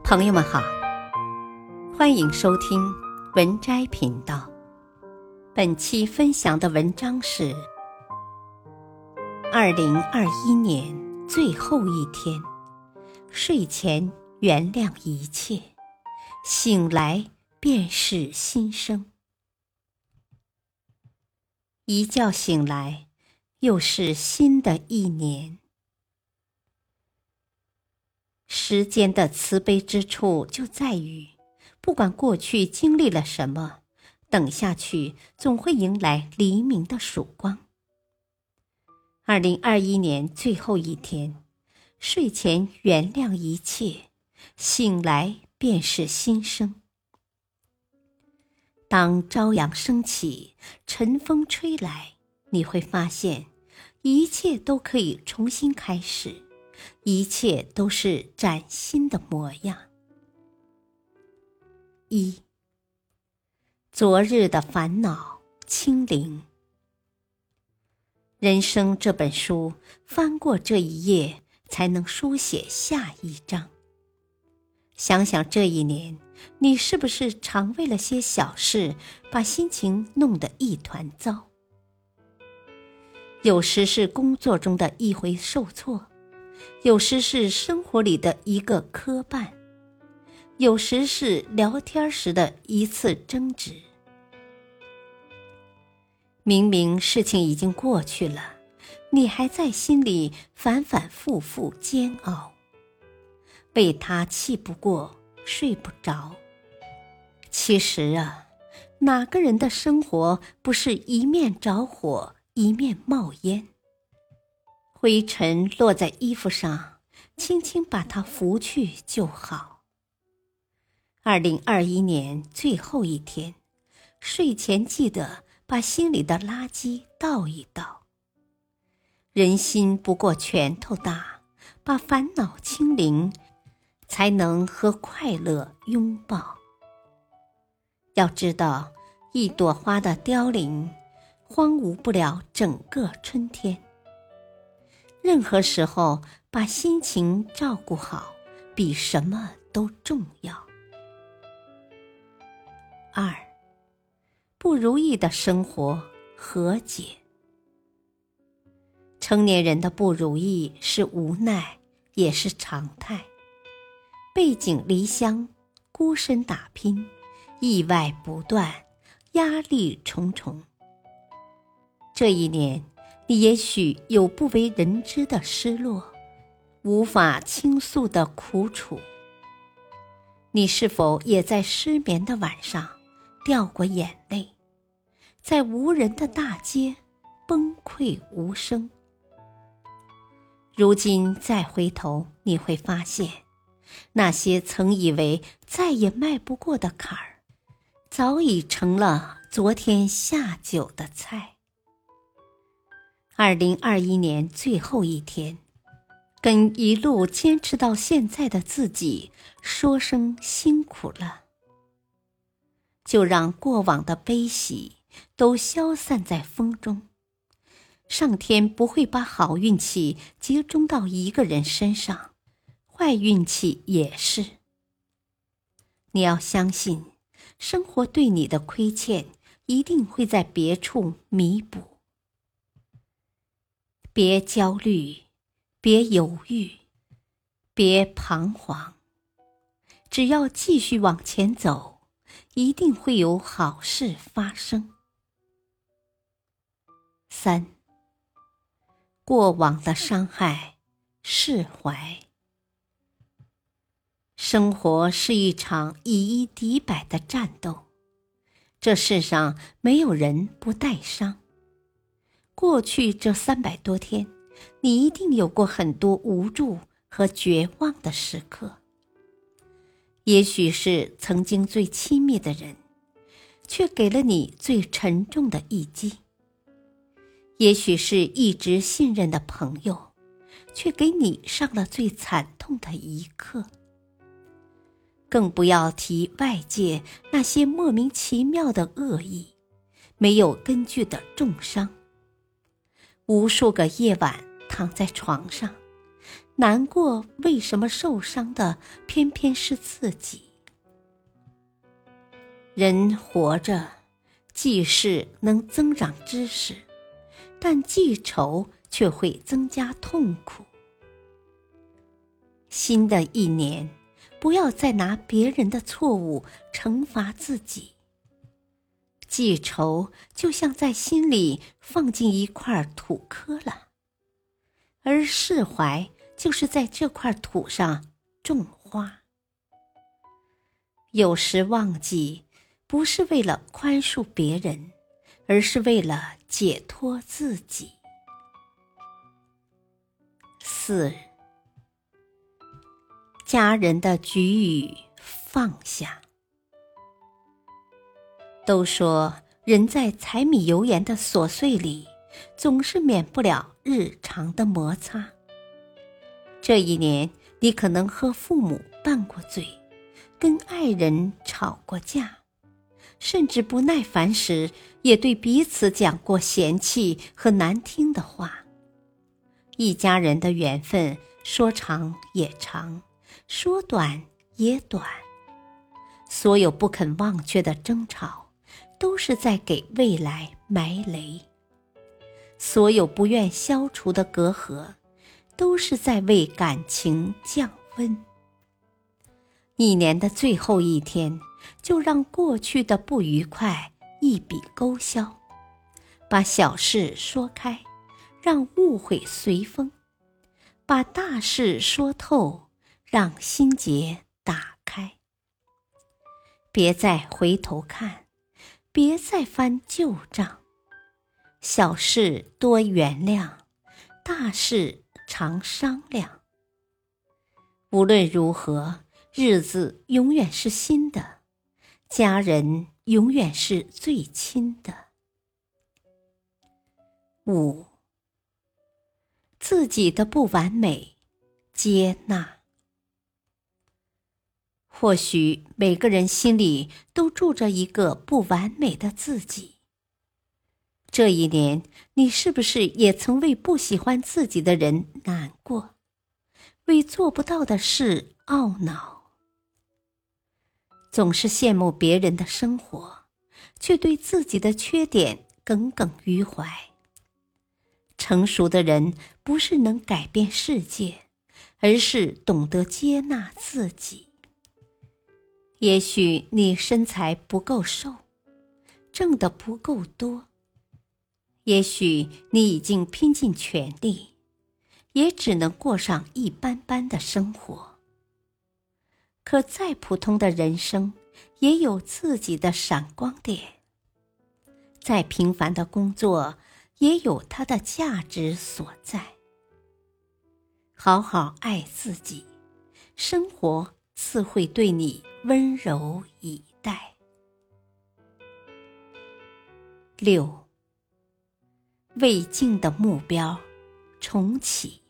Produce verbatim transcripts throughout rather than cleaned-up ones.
朋友们好，欢迎收听文摘频道。本期分享的文章是二零二一年最后一天，睡前原谅一切，醒来便是新生。一觉醒来，又是新的一年。时间的慈悲之处就在于，不管过去经历了什么，等下去总会迎来黎明的曙光。二零二一年最后一天，睡前原谅一切，醒来便是新生。当朝阳升起，晨风吹来，你会发现，一切都可以重新开始，一切都是崭新的模样。一，昨日的烦恼清零。人生这本书，翻过这一页，才能书写下一章。想想这一年，你是不是常为了些小事，把心情弄得一团糟？有时是工作中的一回受挫，有时是生活里的一个磕绊，有时是聊天时的一次争执。明明事情已经过去了，你还在心里反反复复煎熬，为他气不过，睡不着。其实啊，哪个人的生活不是一面着火，一面冒烟？灰尘落在衣服上，轻轻把它拂去就好。二零二一年最后一天，睡前记得把心里的垃圾倒一倒。人心不过拳头大，把烦恼清零，才能和快乐拥抱。要知道，一朵花的凋零，荒芜不了整个春天。任何时候，把心情照顾好，比什么都重要。二，不如意的生活和解。成年人的不如意是无奈，也是常态。背井离乡，孤身打拼，意外不断，压力重重。这一年，你也许有不为人知的失落，无法倾诉的苦楚。你是否也在失眠的晚上掉过眼泪，在无人的大街崩溃无声？如今再回头，你会发现，那些曾以为再也迈不过的坎儿，早已成了昨天下酒的菜。二零二一年最后一天，跟一路坚持到现在的自己说声辛苦了。就让过往的悲喜都消散在风中。上天不会把好运气集中到一个人身上，坏运气也是。你要相信，生活对你的亏欠一定会在别处弥补。别焦虑，别犹豫，别彷徨，只要继续往前走，一定会有好事发生。三，过往的伤害释怀。生活是一场以一敌百的战斗，这世上没有人不带伤。过去这三百多天，你一定有过很多无助和绝望的时刻。也许是曾经最亲密的人，却给了你最沉重的一击。也许是一直信任的朋友，却给你上了最惨痛的一课。更不要提外界那些莫名其妙的恶意，没有根据的重伤。无数个夜晚躺在床上， 难过为什么受伤的偏偏是自己。人活着，记事能增长知识，但记仇却会增加痛苦。新的一年，不要再拿别人的错误惩罚自己。记仇就像在心里放进一块土坷了，而释怀就是在这块土上种花。有时忘记不是为了宽恕别人，而是为了解脱自己。四，家人的给予放下。都说人在柴米油盐的琐碎里，总是免不了日常的摩擦。这一年，你可能和父母拌过嘴，跟爱人吵过架，甚至不耐烦时，也对彼此讲过嫌弃和难听的话。一家人的缘分，说长也长，说短也短。所有不肯忘却的争吵，都是在给未来埋雷。所有不愿消除的隔阂，都是在为感情降温。一年的最后一天，就让过去的不愉快一笔勾销，把小事说开，让误会随风，把大事说透，让心结打开。别再回头看，别再翻旧账，小事多原谅，大事常商量。无论如何，日子永远是新的，家人永远是最亲的。五，自己的不完美，接纳。或许每个人心里都住着一个不完美的自己。这一年，你是不是也曾为不喜欢自己的人难过，为做不到的事懊恼？总是羡慕别人的生活，却对自己的缺点耿耿于怀。成熟的人不是能改变世界，而是懂得接纳自己。也许你身材不够瘦，挣得不够多，也许你已经拼尽全力，也只能过上一般般的生活。可再普通的人生，也有自己的闪光点。再平凡的工作，也有它的价值所在。好好爱自己，生活自会对你温柔以待。六，未尽的目标，重启。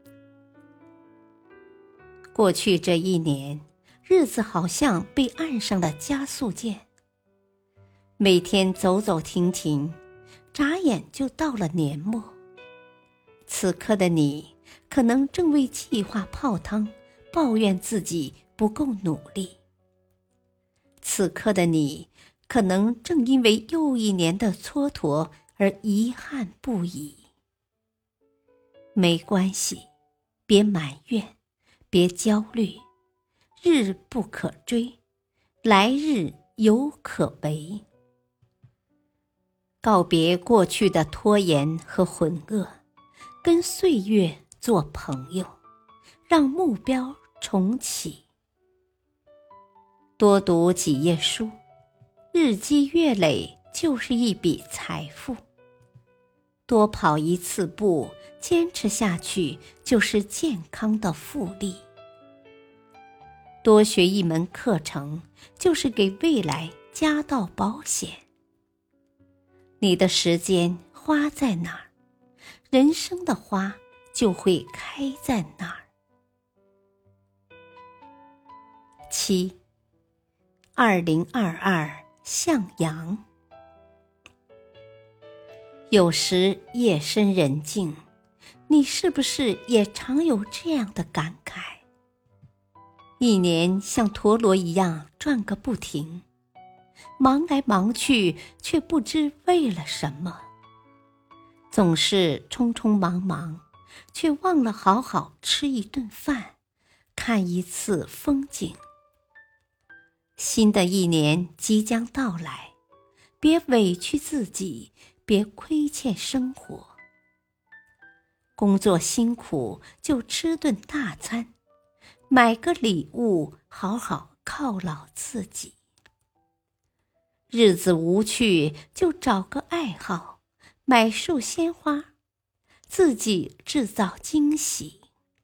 过去这一年，日子好像被按上了加速键，每天走走停停，眨眼就到了年末。此刻的你，可能正为计划泡汤，抱怨自己不够努力。此刻的你，可能正因为又一年的蹉跎而遗憾不已。没关系，别埋怨，别焦虑，日不可追，来日犹可为。告别过去的拖延和浑噩，跟岁月做朋友，让目标重启。多读几页书，日积月累就是一笔财富。多跑一次步，坚持下去就是健康的复利。多学一门课程，就是给未来加到保险。你的时间花在哪儿，人生的花就会开在哪儿。七，二零二二向阳。有时夜深人静， 你是不是也常有这样的感慨？一年像陀螺一样转个不停，忙来忙去，却不知为了什么。总是匆匆忙忙，却忘了好好吃一顿饭，看一次风景。新的一年即将到来，别委屈自己，别亏欠生活。工作辛苦就吃顿大餐，买个礼物好好犒劳自己。日子无趣就找个爱好，买束鲜花，自己制造惊喜。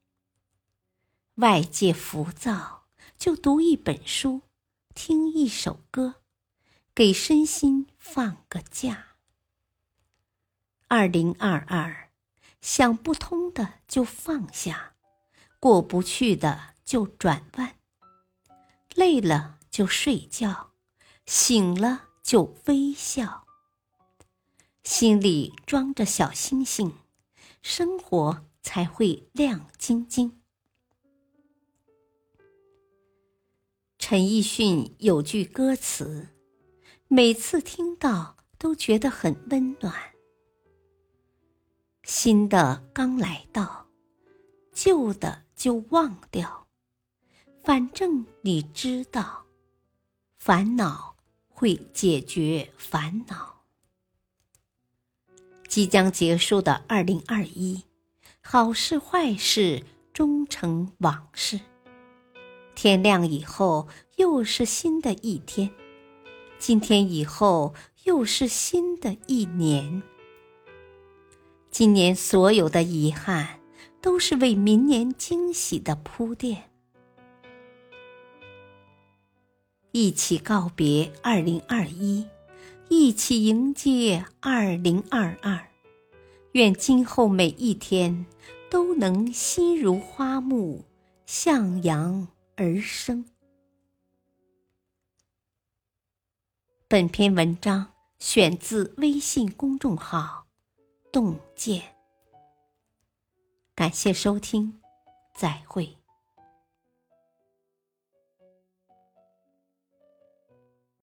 外界浮躁就读一本书，听一首歌，给身心放个假。二零二二，想不通的就放下，过不去的就转弯，累了就睡觉，醒了就微笑。心里装着小星星，生活才会亮晶晶。陈奕迅有句歌词，每次听到都觉得很温暖。新的刚来到，旧的就忘掉，反正你知道，烦恼会解决烦恼。即将结束的二零二一，好事坏事终成往事。天亮以后又是新的一天，今天以后又是新的一年。今年所有的遗憾，都是为明年惊喜的铺垫。一起告别二零二一，一起迎接二零二二。愿今后每一天都能心如花木，向阳而生。本篇文章选自微信公众号洞见。感谢收听，再会。